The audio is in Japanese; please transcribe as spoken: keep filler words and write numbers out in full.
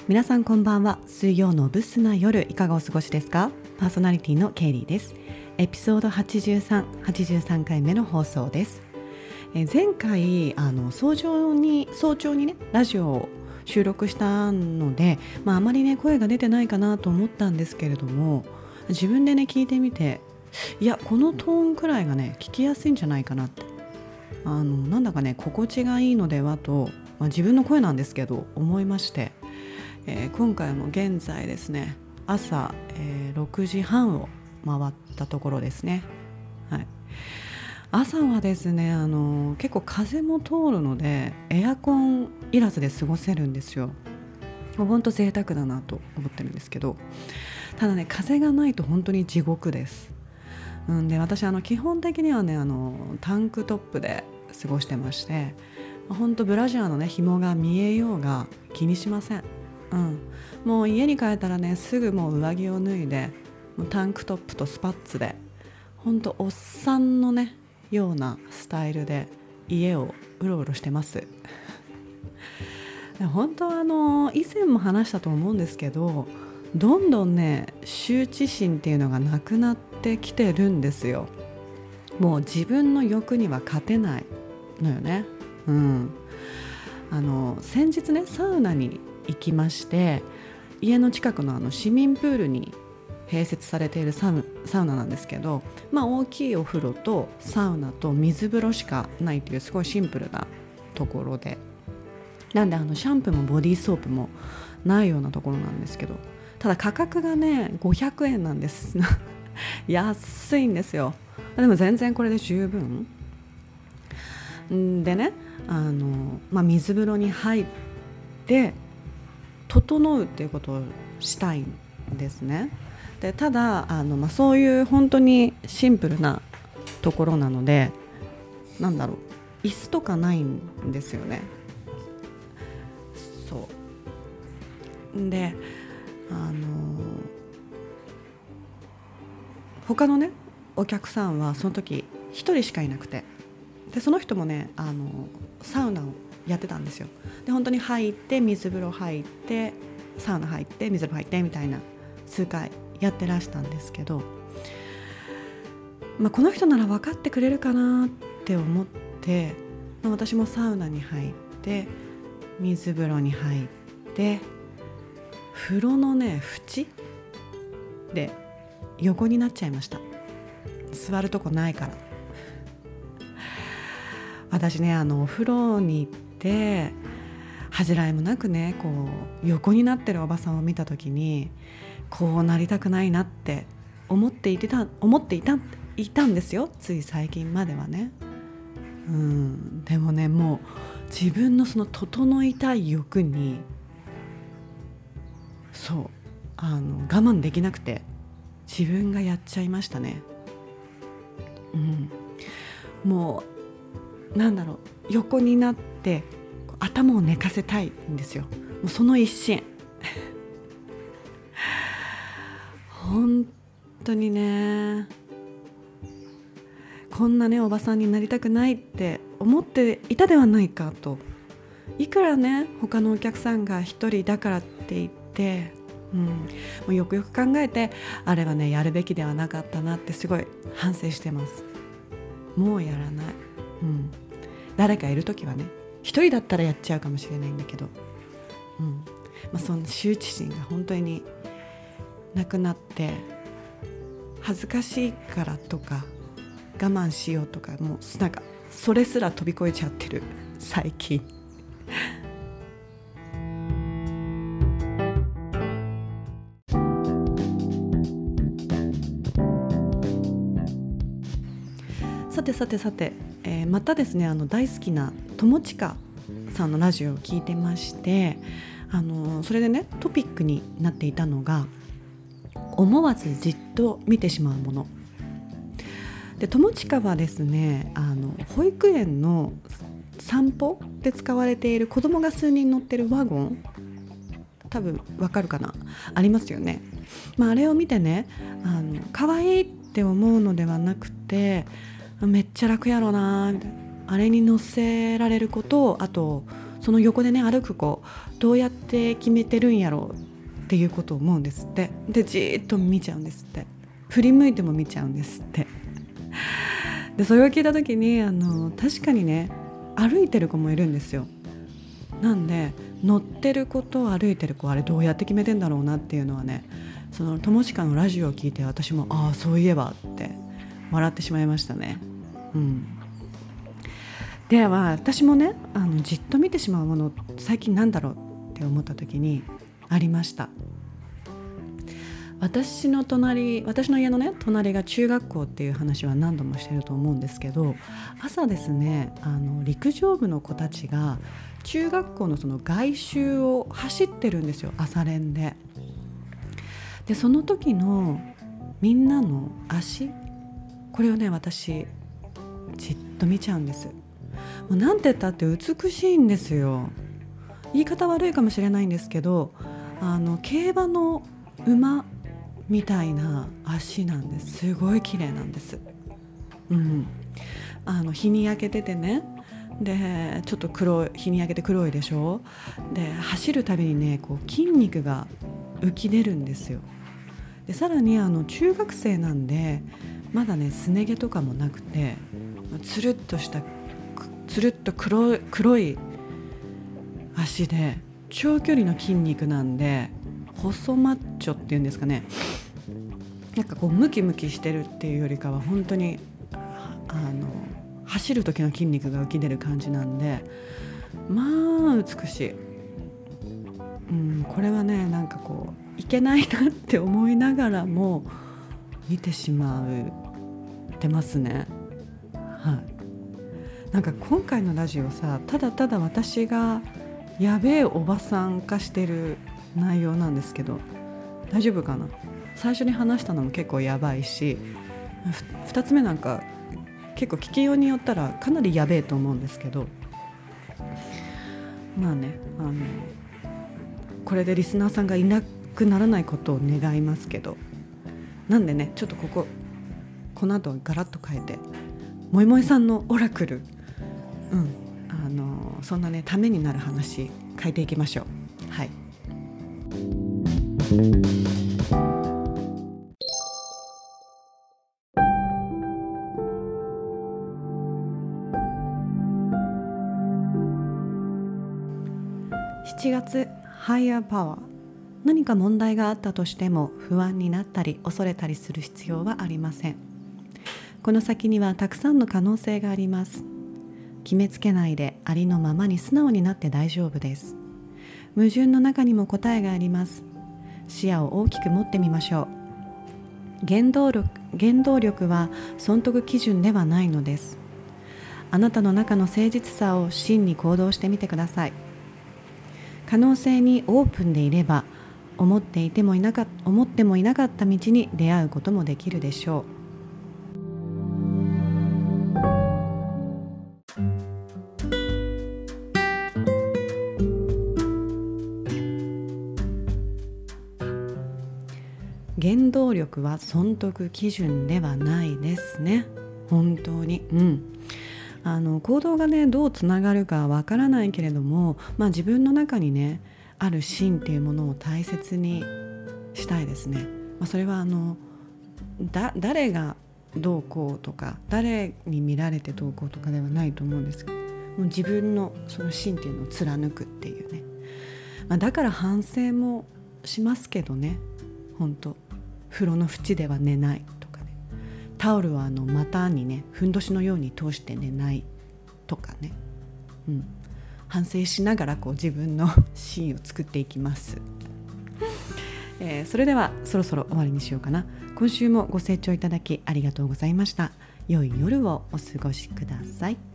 皆さんこんばんは。水曜のブスな夜いかがお過ごしですか？パーソナリティのケイリーです。エピソードはちじゅうさん、はちじゅうさんかいめの放送です。え前回あの早朝に早朝にねラジオを収録したので、まあ、あまりね声が出てないかなと思ったんですけれども、自分でね聞いてみて、いやこのトーンくらいがね聞きやすいんじゃないかなって、あのなんだかね心地がいいのではと、まあ、自分の声なんですけど思いまして、えー、今回も現在ですね朝、えー、ろくじはんを回ったところですね。はい、朝はですねあの結構風も通るのでエアコンいらずで過ごせるんですよ。本当贅沢だなと思ってるんですけど、ただね風がないと本当に地獄です。うんで私あの基本的にはねあのタンクトップで過ごしてまして、本当ブラジャーのね紐が見えようが気にしません。うん、もう家に帰ったらねすぐもう上着を脱いでもうタンクトップとスパッツで本当おっさんのねようなスタイルで家をうろうろしてます。本当はあの以前も話したと思うんですけど、どんどんね羞恥心っていうのがなくなってきてるんですよ。もう自分の欲には勝てないのよね。うん、あの先日ねサウナに行きまして、家の近くのあの市民プールに併設されているサウ、サウナなんですけど、まあ、大きいお風呂とサウナと水風呂しかないというすごいシンプルなところで、なんであのシャンプーもボディーソープもないようなところなんですけど、ただ価格がねごひゃくえんなんです安いんですよ。でも全然これで十分でね、あの、まあ、水風呂に入って整うっていうことをしたいんですね。でただあの、まあ、そういう本当にシンプルなところなので、なんだろう椅子とかないんですよね。そうであの他のねお客さんはその時ひとりしかいなくて、でその人もねあのサウナをやってたんですよ。で本当に入って水風呂入ってサウナ入って水風呂入ってみたいな数回やってらしたんですけど、まあ、この人なら分かってくれるかなって思って、まあ、私もサウナに入って水風呂に入って風呂のね縁で横になっちゃいました。座るとこないから。私ねあのお風呂に行って恥じらいもなくねこう横になってるおばさんを見た時に、こうなりたくないなって思っていてた思っていたいたんですよ、つい最近まではね。うんでもねもう自分のその整いたい欲にそうあの我慢できなくて自分がやっちゃいましたね。うん、もうなんだろう横になって頭を寝かせたいんですよ。もうその一心本当にねこんなねおばさんになりたくないって思っていたではないかと。いくらね他のお客さんが一人だからって言って、うん、もうよくよく考えてあれはねやるべきではなかったなってすごい反省してます。もうやらない、うん、誰かいるときはね一人だったらやっちゃうかもしれないんだけど、うんまあ、その羞恥心が本当になくなって、恥ずかしいからとか我慢しようとかもうなんかそれすら飛び越えちゃってる最近さてさてさて、えー、またですねあの大好きな友近さんのラジオを聞いてまして、あのそれでねトピックになっていたのが思わずじっと見てしまうもので、友近はですねあの保育園の散歩で使われている子供が数人乗ってるワゴン、多分わかるかな、ありますよね。まあ、あれを見てねあの可愛いって思うのではなくて、めっちゃ楽やろなみたいな、あれに乗せられることを、あとその横でね歩く子どうやって決めてるんやろうっていうことを思うんですって。でじーっと見ちゃうんですって。振り向いても見ちゃうんですって。でそれを聞いた時にあの確かにね歩いてる子もいるんですよ。なんで乗ってる子と歩いてる子あれどうやって決めてんだろうなっていうのはね、その友近のラジオを聞いて私もああそういえばって笑ってしまいましたね。うん、では私もねあのじっと見てしまうもの最近なんだろうって思った時にありました。私の隣私の家のね隣が中学校っていう話は何度もしてると思うんですけど、朝ですねあの陸上部の子たちが中学校のその外周を走ってるんですよ、朝練で。でその時のみんなの足、これをね私じっと見ちゃうんです。もうなんて言ったって美しいんですよ。言い方悪いかもしれないんですけど、あの競馬の馬みたいな足なんです。すごい綺麗なんです。うん、あの日に焼けててね、でちょっと黒い日に焼けて黒いでしょ。で走るたびにねこう筋肉が浮き出るんですよ。でさらにあの中学生なんでまだねすね毛とかもなくてつるっとしたつるっと黒い、黒い足で長距離の筋肉なんで細マッチョっていうんですかね、なんかこうムキムキしてるっていうよりかは本当にあの走る時の筋肉が浮き出る感じなんで、まあ美しい。うん、これはねなんかこういけないなって思いながらも見てしまうてますね。はい。なんか今回のラジオさ、ただただ私がやべえおばさん化してる内容なんですけど大丈夫かな。最初に話したのも結構やばいし、ふたつめなんか結構聞きようによったらかなりやべえと思うんですけど、まあねあのこれでリスナーさんがいなくならないことを願いますけど、なんでねちょっとこここの後ガラッと変えてもいもいさんのオラクル、うん、あのそんなねためになる話変えていきましょう。はい。しちがつ、ハイヤーパワー。何か問題があったとしても不安になったり恐れたりする必要はありません。この先にはたくさんの可能性があります。決めつけないでありのままに素直になって大丈夫です。矛盾の中にも答えがあります。視野を大きく持ってみましょう。原動力、原動力は損得基準ではないのです。あなたの中の誠実さを真に行動してみてください。可能性にオープンでいれば思っていてもいなか思ってもいなかった道に出会うこともできるでしょう。原動力は損得基準ではないですね。本当に、うん、あの行動がねどうつながるかわからないけれども、まあ、自分の中にねある芯っていうものを大切にしたいですね。まあ、それはあのだ誰がどうこうとか誰に見られてどうこうとかではないと思うんですけど、もう自分のその芯っていうのを貫くっていうね、まあ、だから反省もしますけどね。本当風呂の縁では寝ないとかね、タオルはあの股にねふんどしのように通して寝ないとかね、うん、反省しながらこう自分のシーンを作っていきます。えー、それではそろそろ終わりにしようかな。今週もご清聴いただきありがとうございました。良い夜をお過ごしください。